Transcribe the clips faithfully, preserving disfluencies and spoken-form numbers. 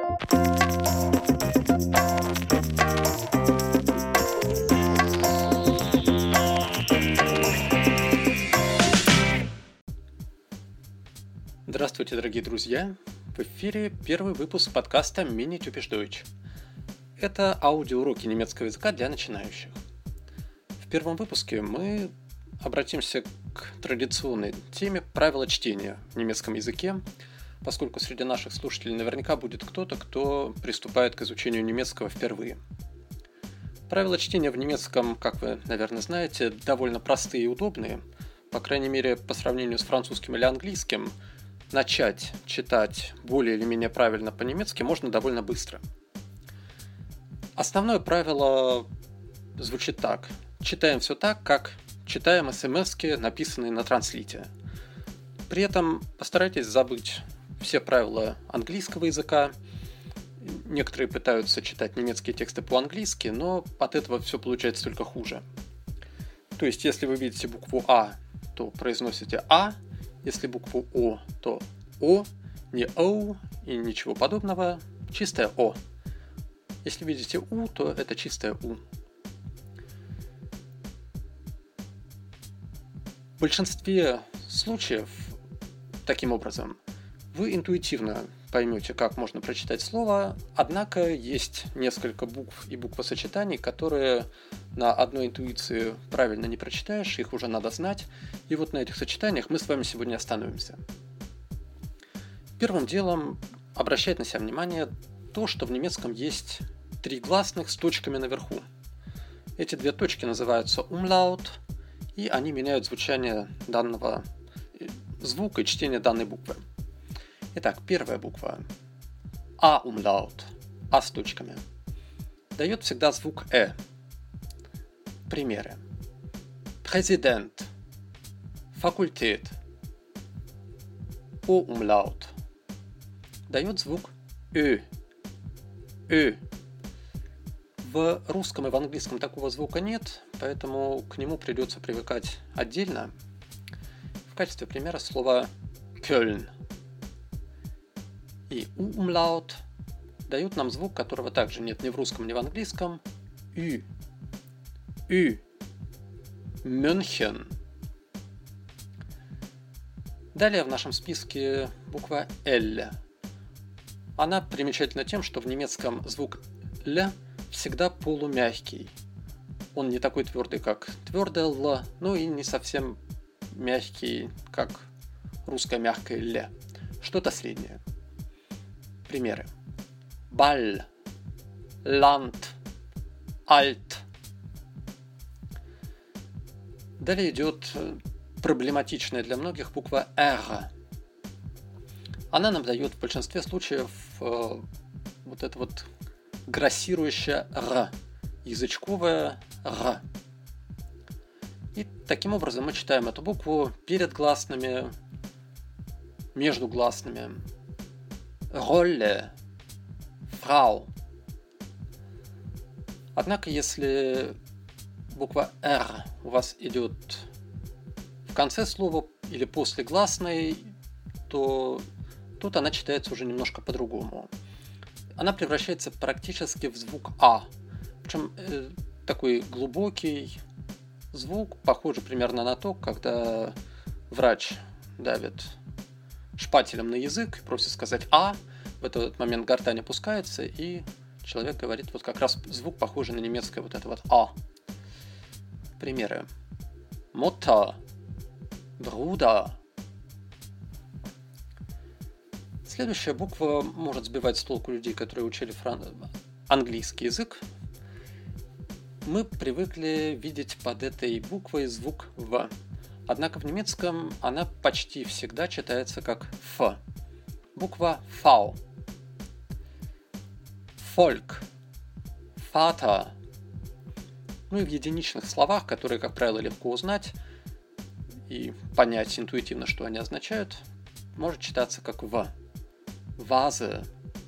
Здравствуйте, дорогие друзья! В эфире первый выпуск подкаста Mini Typisch Deutsch. Это аудиоуроки немецкого языка для начинающих. В первом выпуске мы обратимся к традиционной теме правила чтения в немецком языке, поскольку среди наших слушателей наверняка будет кто-то, кто приступает к изучению немецкого впервые. Правила чтения в немецком, как вы, наверное, знаете, довольно простые и удобные. По крайней мере, по сравнению с французским или английским, начать читать более или менее правильно по-немецки можно довольно быстро. Основное правило звучит так. Читаем все так, как читаем смс-ки, написанные на транслите. При этом постарайтесь забыть все правила английского языка. Некоторые пытаются читать немецкие тексты по-английски, но от этого все получается только хуже. То есть, если вы видите букву А, то произносите А. Если букву О, то О, не Оу и ничего подобного, чистое О. Если видите У, то это чистое У. В большинстве случаев, таким образом, вы интуитивно поймете, как можно прочитать слово, однако есть несколько букв и буквосочетаний, которые на одной интуиции правильно не прочитаешь, их уже надо знать, и вот на этих сочетаниях мы с вами сегодня остановимся. Первым делом обращает на себя внимание то, что в немецком есть три гласных с точками наверху. Эти две точки называются umlaut, и они меняют звучание данного звука и чтение данной буквы. Итак, первая буква А-умлаут, А с точками, дает всегда звук Э. Примеры. Президент, факультет. О-умлаут дает звук Ö. Ö. В русском и в английском такого звука нет, поэтому к нему придется привыкать отдельно. В качестве примера слово Кёльн. И У-умлаут дают нам звук, которого также нет ни в русском, ни в английском. Ü. Ü. Мюнхен. Далее в нашем списке буква Л. Она примечательна тем, что в немецком звук Л всегда полумягкий. Он не такой твердый, как твердое Л, но и не совсем мягкий, как русское мягкое Л. Что-то среднее. Примеры. Ball, Land, Alt. Далее идет проблематичная для многих буква R. Она нам дает в большинстве случаев э, вот это вот грассирующее Р, язычковое Р. И таким образом мы читаем эту букву перед гласными, между гласными. Rolle, Frau. Однако, если буква R у вас идет в конце слова или после гласной, то тут она читается уже немножко по-другому. Она превращается практически в звук А. Причем э, такой глубокий звук, похожий примерно на то, когда врач давит шпателем на язык, просит сказать «а», в этот момент гортань опускается, и человек говорит вот как раз звук, похожий на немецкое вот это вот «а». Примеры. Mutter, Bruder. Следующая буква может сбивать с толку людей, которые учили фран... английский язык. Мы привыкли видеть под этой буквой звук «в». Однако в немецком она почти всегда читается как «ф». Буква «фау». «Фольк», «фата». Ну и в единичных словах, которые, как правило, легко узнать и понять интуитивно, что они означают, может читаться как «в». «Вазе».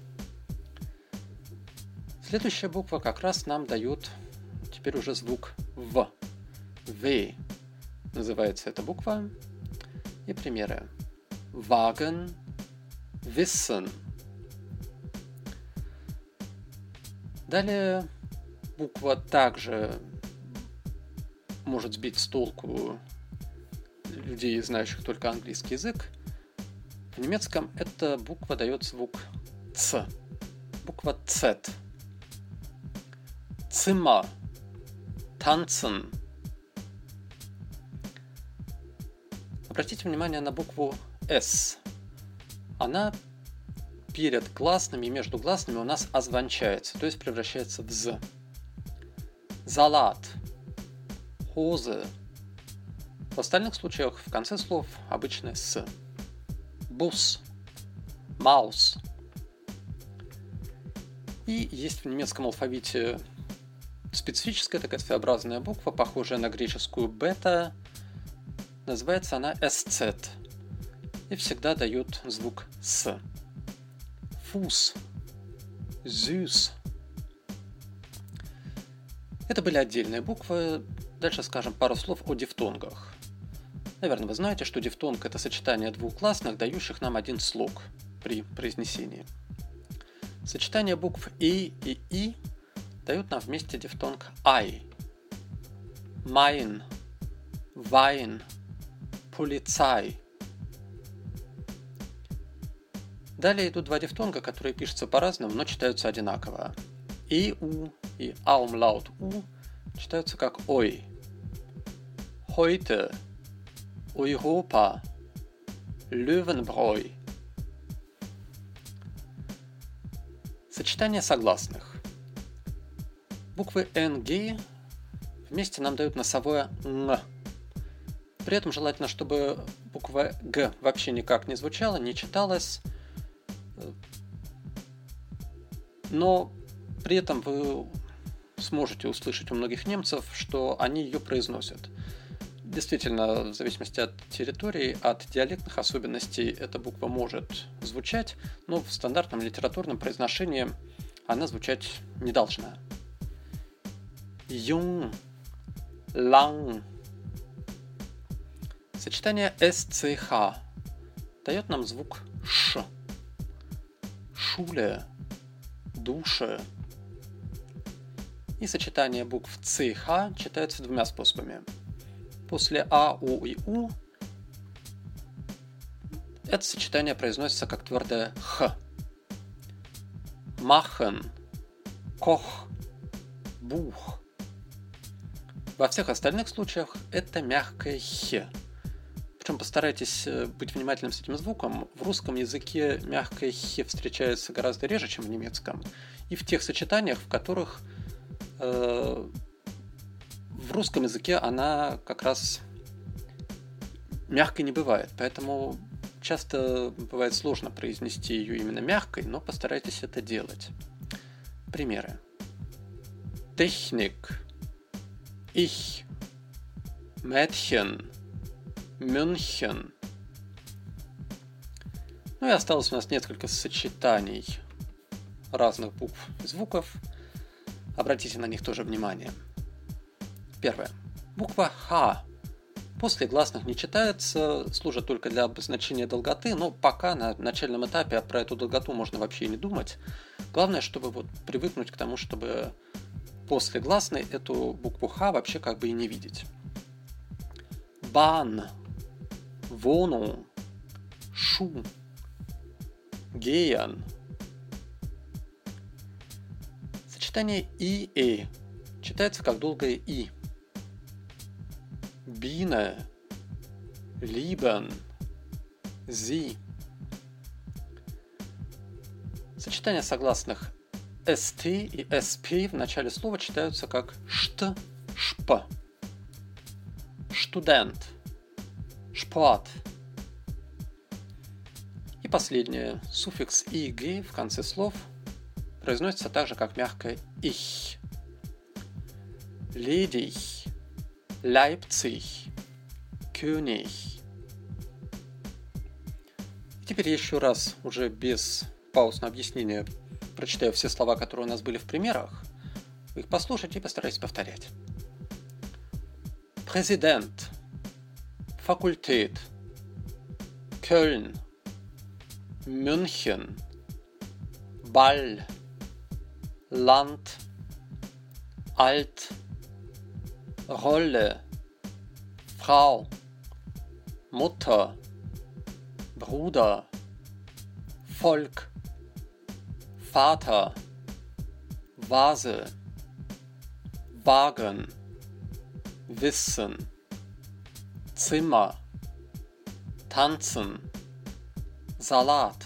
Следующая буква как раз нам дает теперь уже звук «в». «В». Называется эта буква. И примеры. Wagen, Wissen. Далее буква также может сбить с толку людей, знающих только английский язык. В немецком эта буква дает звук «ц». Буква «z». Zimmer, tanzen. Обратите внимание на букву «с». Она перед гласными и между гласными у нас озвончается, то есть превращается в «з». Салат, Hose. В остальных случаях в конце слов обычно «с». Бус, Маус. И есть в немецком алфавите специфическая такая своеобразная буква, похожая на греческую бета. Называется она эс цет. И всегда дает звук «с». Фус, Süß. Это были отдельные буквы. Дальше скажем пару слов о дифтонгах. Наверное, вы знаете, что дифтонг – это сочетание двух гласных, дающих нам один слог при произнесении. Сочетание букв «и» и «и» дают нам вместе дифтонг «ай». Mein, Wein, Polizei. Далее идут два дифтонга, которые пишутся по-разному, но читаются одинаково. «И-у» и «аумлаут у» читаются как «ой». Heute, Europa, Löwenbräu. Сочетание согласных. Буквы эн гэ вместе нам дают носовое «н». При этом желательно, чтобы буква «г» вообще никак не звучала, не читалась, но при этом вы сможете услышать у многих немцев, что они ее произносят. Действительно, в зависимости от территории, от диалектных особенностей эта буква может звучать, но в стандартном литературном произношении она звучать не должна. Jung, lang. Сочетание эс цэ ха дает нам звук «ш». Шуле, душе. И сочетание букв «ц» и «х» читается двумя способами. После «а», «у» и «у» это сочетание произносится как твердое «х». Machen, Koch, Buch. Во всех остальных случаях это мягкое «х». Причем постарайтесь быть внимательным с этим звуком. В русском языке мягкое «х» встречается гораздо реже, чем в немецком. И в тех сочетаниях, в которых э, в русском языке она как раз мягкой не бывает. Поэтому часто бывает сложно произнести ее именно мягкой, но постарайтесь это делать. Примеры. Technik, Ich, Mädchen, München. Ну и осталось у нас несколько сочетаний разных букв и звуков. Обратите на них тоже внимание. Первое. Буква «Х» после гласных не читается, служит только для обозначения долготы, но пока на начальном этапе про эту долготу можно вообще и не думать. Главное, чтобы вот привыкнуть к тому, чтобы после гласной эту букву «Х» вообще как бы и не видеть. Bahn, Wohnung, Schuh, Gehen. Сочетание «и» «э» читается как долгое «и». Biene, Lieben, Sie. Сочетание согласных «ст» и «сп» в начале слова читаются как «шт», «шп». Student, Sport. И последнее. Суффикс «иг» в конце слов произносится так же, как мягкое «ich». Ledig, Leipzig, König. И теперь еще раз, уже без пауз на объяснение, прочитаю все слова, которые у нас были в примерах. Вы их послушайте и постарайтесь повторять. Präsident, Fakultät, Köln, München, Ball, Land, alt, Rolle, Frau, Mutter, Bruder, Volk, Vater, Vase, Wagen, Wissen, Zimmer, Tanzen, Salat,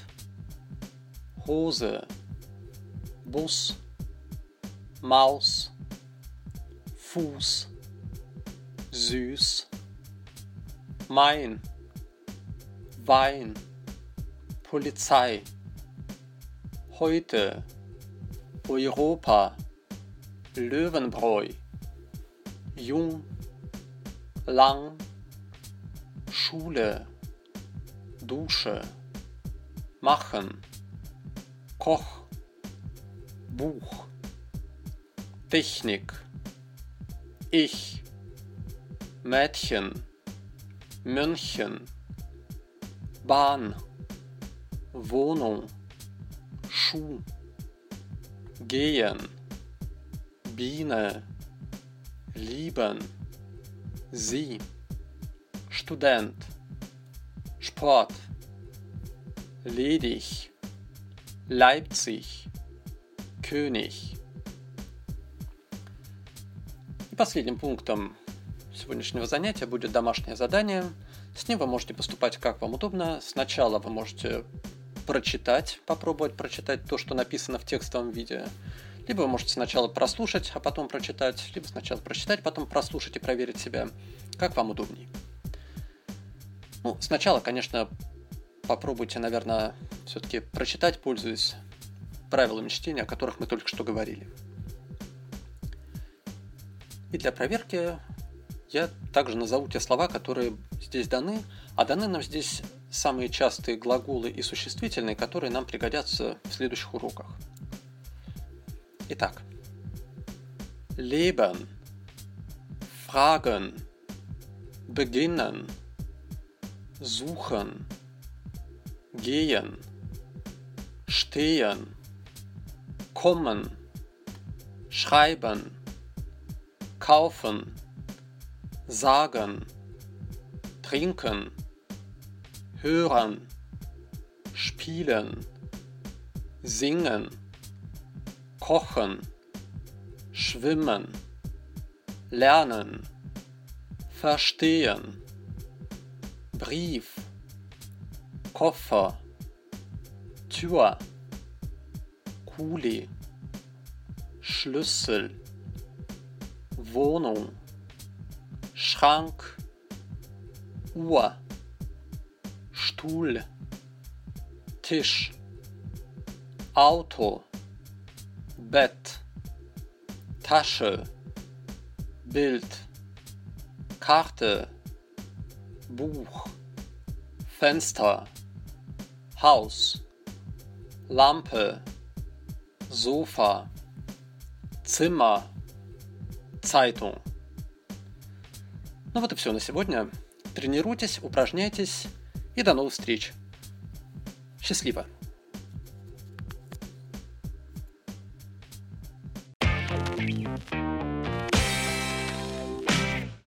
Hose, Bus, Maus, Fuß, süß, mein, Wein, Polizei, heute, Europa, Löwenbräu, jung, lang, Schule, Dusche, machen, Koch, Buch, Technik, ich, Mädchen, München, Bahn, Wohnung, Schuh, gehen, Biene, lieben, sie, Student, Sport, ledig, Leipzig, König. И последним пунктом сегодняшнего занятия будет домашнее задание. С ним вы можете поступать как вам удобно. Сначала вы можете прочитать, попробовать прочитать то, что написано в текстовом виде. Либо вы можете сначала прослушать, а потом прочитать. Либо сначала прочитать, потом прослушать и проверить себя, как вам удобней. Ну, сначала, конечно, попробуйте, наверное, все-таки прочитать, пользуясь правилами чтения, о которых мы только что говорили. И для проверки я также назову те слова, которые здесь даны, а даны нам здесь самые частые глаголы и существительные, которые нам пригодятся в следующих уроках. Итак, leben, fragen, beginnen, suchen, gehen, stehen, kommen, schreiben, kaufen, sagen, trinken, hören, spielen, singen, kochen, schwimmen, lernen, verstehen, Brief, Koffer, Tür, Kuli, Schlüssel, Wohnung, Schrank, Uhr, Stuhl, Tisch, Auto, Bett, Tasche, Bild, Karte, Buch, Fenster, Haus, Lampe, Sofa, Zimmer, Zeitung. Ну вот и все на сегодня. Тренируйтесь, упражняйтесь и до новых встреч. Счастливо!